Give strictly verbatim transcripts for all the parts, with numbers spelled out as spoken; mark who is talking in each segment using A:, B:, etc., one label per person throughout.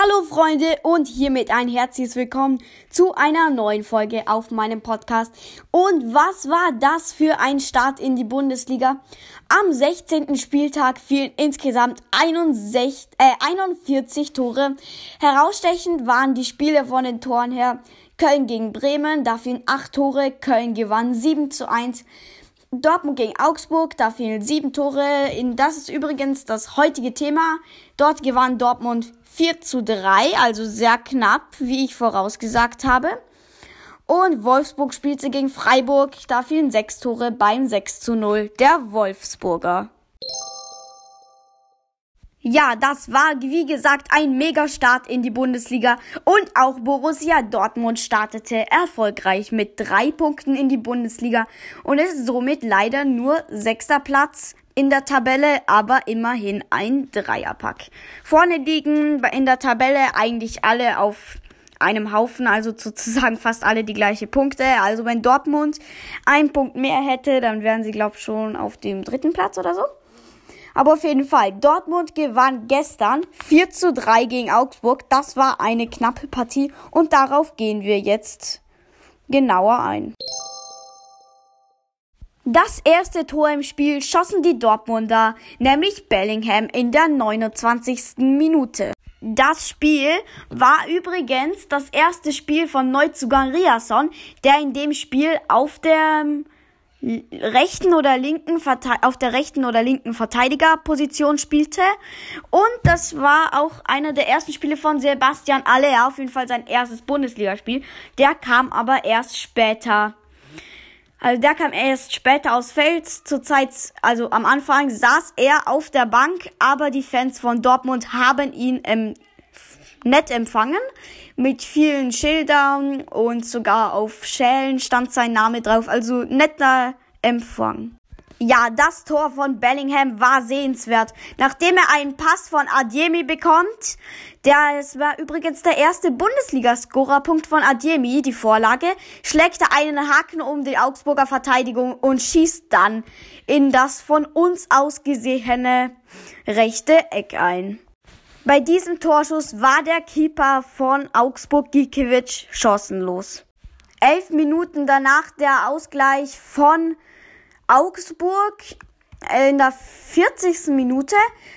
A: Hallo Freunde und hiermit ein herzliches Willkommen zu einer neuen Folge auf meinem Podcast. Und was war das für ein Start in die Bundesliga? Am sechzehnten Spieltag fielen insgesamt einundsechzig, äh, einundvierzig Tore. Herausstechend waren die Spiele von den Toren her: Köln gegen Bremen, da fielen acht Tore, Köln gewann sieben zu eins. Dortmund gegen Augsburg, da fielen sieben Tore. Das ist übrigens das heutige Thema. Dort gewann Dortmund vier zu drei, also sehr knapp, wie ich vorausgesagt habe. Und Wolfsburg spielte gegen Freiburg, da fielen sechs Tore beim sechs zu null der Wolfsburger. Ja, das war, wie gesagt, ein Megastart in die Bundesliga und auch Borussia Dortmund startete erfolgreich mit drei Punkten in die Bundesliga und ist somit leider nur sechster Platz in der Tabelle, aber immerhin ein Dreierpack. Vorne liegen in der Tabelle eigentlich alle auf einem Haufen, also sozusagen fast alle die gleiche Punkte. Also wenn Dortmund einen Punkt mehr hätte, dann wären sie, glaube ich, schon auf dem dritten Platz oder so. Aber auf jeden Fall, Dortmund gewann gestern vier zu drei gegen Augsburg. Das war eine knappe Partie und darauf gehen wir jetzt genauer ein. Das erste Tor im Spiel schossen die Dortmunder, nämlich Bellingham in der neunundzwanzigsten Minute. Das Spiel war übrigens das erste Spiel von Neuzugang Riasson, der in dem Spiel auf der rechten oder linken auf der rechten oder linken Verteidigerposition spielte, und das war auch einer der ersten Spiele von Sebastian Aller, auf jeden Fall sein erstes Bundesligaspiel. Der kam aber erst später. Also der kam erst später aufs Feld. Zur Zeit, also am Anfang saß er auf der Bank, aber die Fans von Dortmund haben ihn ähm, nett empfangen. Mit vielen Schildern und sogar auf Schellen stand sein Name drauf. Also netter Empfang. Ja, das Tor von Bellingham war sehenswert. Nachdem er einen Pass von Adeyemi bekommt, der, es war übrigens der erste Bundesliga-Scorerpunkt von Adeyemi, die Vorlage, schlägt er einen Haken um die Augsburger Verteidigung und schießt dann in das von uns aus gesehene rechte Eck ein. Bei diesem Torschuss war der Keeper von Augsburg, Gikiewicz, chancenlos. Elf Minuten danach der Ausgleich von Augsburg in der vierzigsten Minute.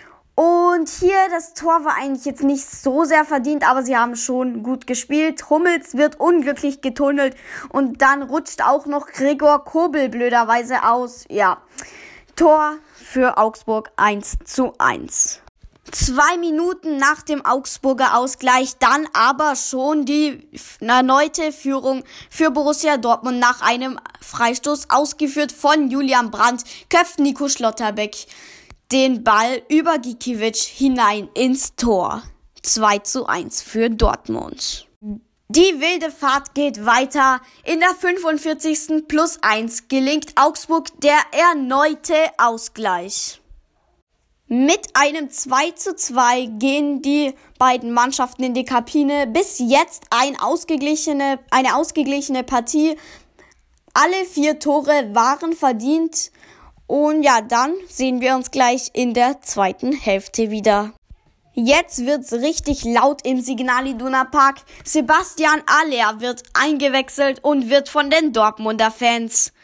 A: Und hier, das Tor war eigentlich jetzt nicht so sehr verdient, aber sie haben schon gut gespielt. Hummels wird unglücklich getunnelt und dann rutscht auch noch Gregor Kobel blöderweise aus. Ja, Tor für Augsburg eins zu eins. Zwei Minuten nach dem Augsburger Ausgleich dann aber schon die erneute Führung für Borussia Dortmund nach einem Freistoß, ausgeführt von Julian Brandt, köpft Nico Schlotterbeck den Ball über Gikiewicz hinein ins Tor. zwei zu eins für Dortmund. Die wilde Fahrt geht weiter. In der fünfundvierzigsten plus eins gelingt Augsburg der erneute Ausgleich. Mit einem zwei zu zwei gehen die beiden Mannschaften in die Kabine. Bis jetzt ein ausgeglichene, eine ausgeglichene Partie. Alle vier Tore waren verdient. Und ja, dann sehen wir uns gleich in der zweiten Hälfte wieder. Jetzt wird's richtig laut im Signal Iduna Park. Sebastian Aller wird eingewechselt und wird von den Dortmunder Fans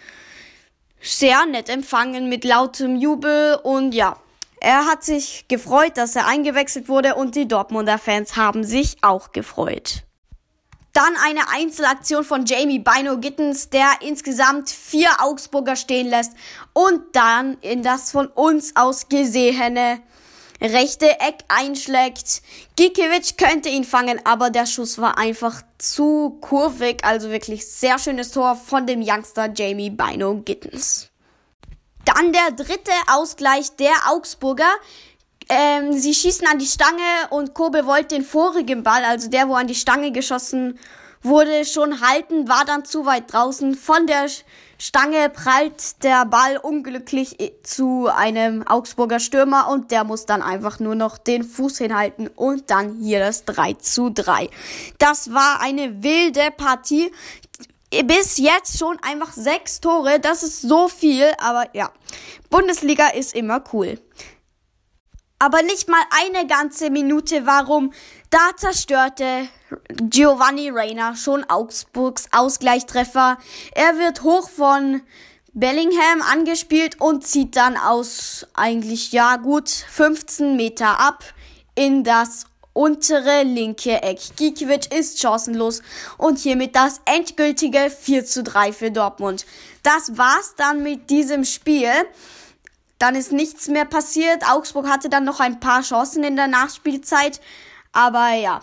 A: sehr nett empfangen mit lautem Jubel. Und ja, er hat sich gefreut, dass er eingewechselt wurde, und die Dortmunder Fans haben sich auch gefreut. Dann eine Einzelaktion von Jamie Bino Gittens, der insgesamt vier Augsburger stehen lässt und dann in das von uns aus gesehene rechte Eck einschlägt. Gikiewicz könnte ihn fangen, aber der Schuss war einfach zu kurvig. Also wirklich sehr schönes Tor von dem Youngster Jamie Bino Gittens. Dann der dritte Ausgleich der Augsburger. Ähm, sie schießen an die Stange und Kobel wollte den vorigen Ball, also der, wo an die Stange geschossen wurde, schon halten, war dann zu weit draußen. Von der Stange prallt der Ball unglücklich zu einem Augsburger Stürmer und der muss dann einfach nur noch den Fuß hinhalten und dann hier das drei zu drei. Das war eine wilde Partie. Bis jetzt schon einfach sechs Tore, das ist so viel, aber ja, Bundesliga ist immer cool. Aber nicht mal eine ganze Minute war rum. Da zerstörte Giovanni Reina schon Augsburgs Ausgleichstreffer. Er wird hoch von Bellingham angespielt und zieht dann aus eigentlich, ja gut, fünfzehn Meter ab in das untere linke Eck. Gikiewicz ist chancenlos und hiermit das endgültige vier zu drei für Dortmund. Das war's dann mit diesem Spiel. Dann ist nichts mehr passiert. Augsburg hatte dann noch ein paar Chancen in der Nachspielzeit. Aber ja,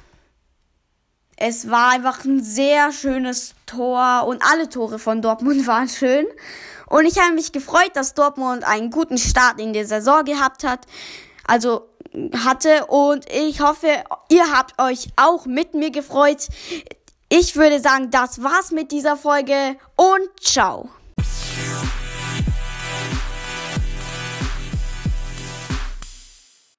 A: es war einfach ein sehr schönes Tor und alle Tore von Dortmund waren schön. Und ich habe mich gefreut, dass Dortmund einen guten Start in der Saison gehabt hat. Also hatte und ich hoffe, ihr habt euch auch mit mir gefreut. Ich würde sagen, das war's mit dieser Folge und ciao.